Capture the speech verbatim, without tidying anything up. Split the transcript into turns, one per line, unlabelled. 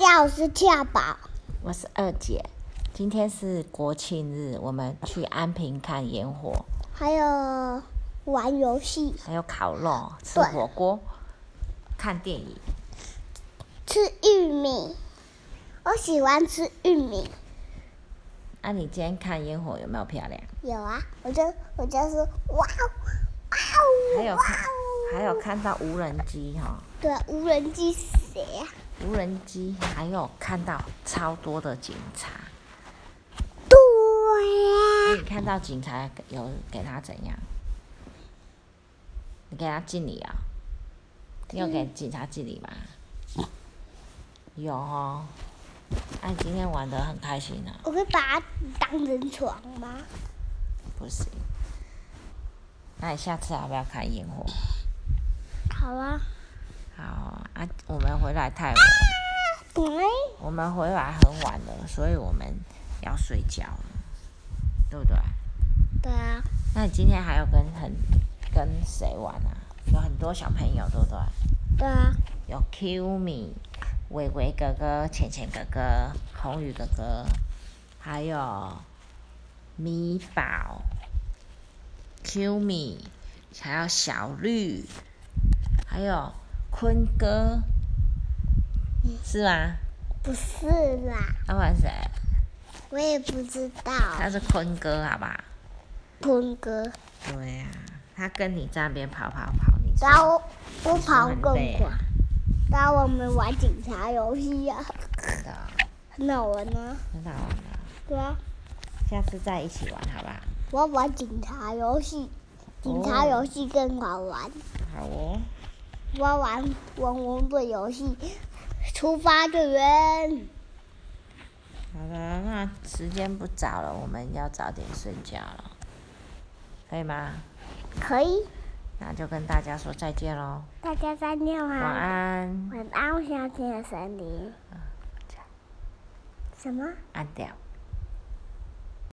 家好，我是跳宝，
我是二姐。今天是国庆日，我们去安平看烟火，
还有玩游戏，
还有烤肉、吃火锅、看电影、
吃玉米。我喜欢吃玉米。
啊，你今天看烟火有没有漂亮？
有啊，我就我就是哇哦哇哦，
还有看还有看到无人机哈、哦。
对，无人机是谁呀、啊？
无人机，还有看到超多的警察。
对呀、
啊。你看到警察有给他怎样？你给他敬礼啊、哦？你有给警察敬礼吗？嗯、有哦。啊，你今天玩得很开心啊！
我可以把它当成床吗？
不行。那你下次要不要看烟火？
好啊。
好啊，我们回来太晚。
对。
我们回来很晚了，所以我们要睡觉了，对不对？
对啊。
那你今天还有跟很跟谁玩啊？有很多小朋友，对不对？
对啊。
有 Q 米、伟伟哥哥、浅浅哥哥、红宇哥哥，还有米宝、Q 米，还有小绿，还有坤哥，是吗？
不是啦。
要不然谁？
我也不知道。
他是坤哥，好不好？
坤哥。
对呀、啊，他跟你在那边跑跑跑，你说
然后我跑更快。
啊、
然后我们玩警察游戏呀、啊，
真的、哦，
很好玩呢。
很好玩的。
对啊。
下次再一起玩，好不好？
我要玩警察游戏，警察游戏更好玩。
哦、好哦。
我要玩玩王者游戏，出发救援。
好了，那时间不早了，我们要早点睡觉了，可以吗？
可以。
那就跟大家说再见喽。
大家再见晚
晚安。
晚安，我想听的森林。
嗯，
什么？
按掉。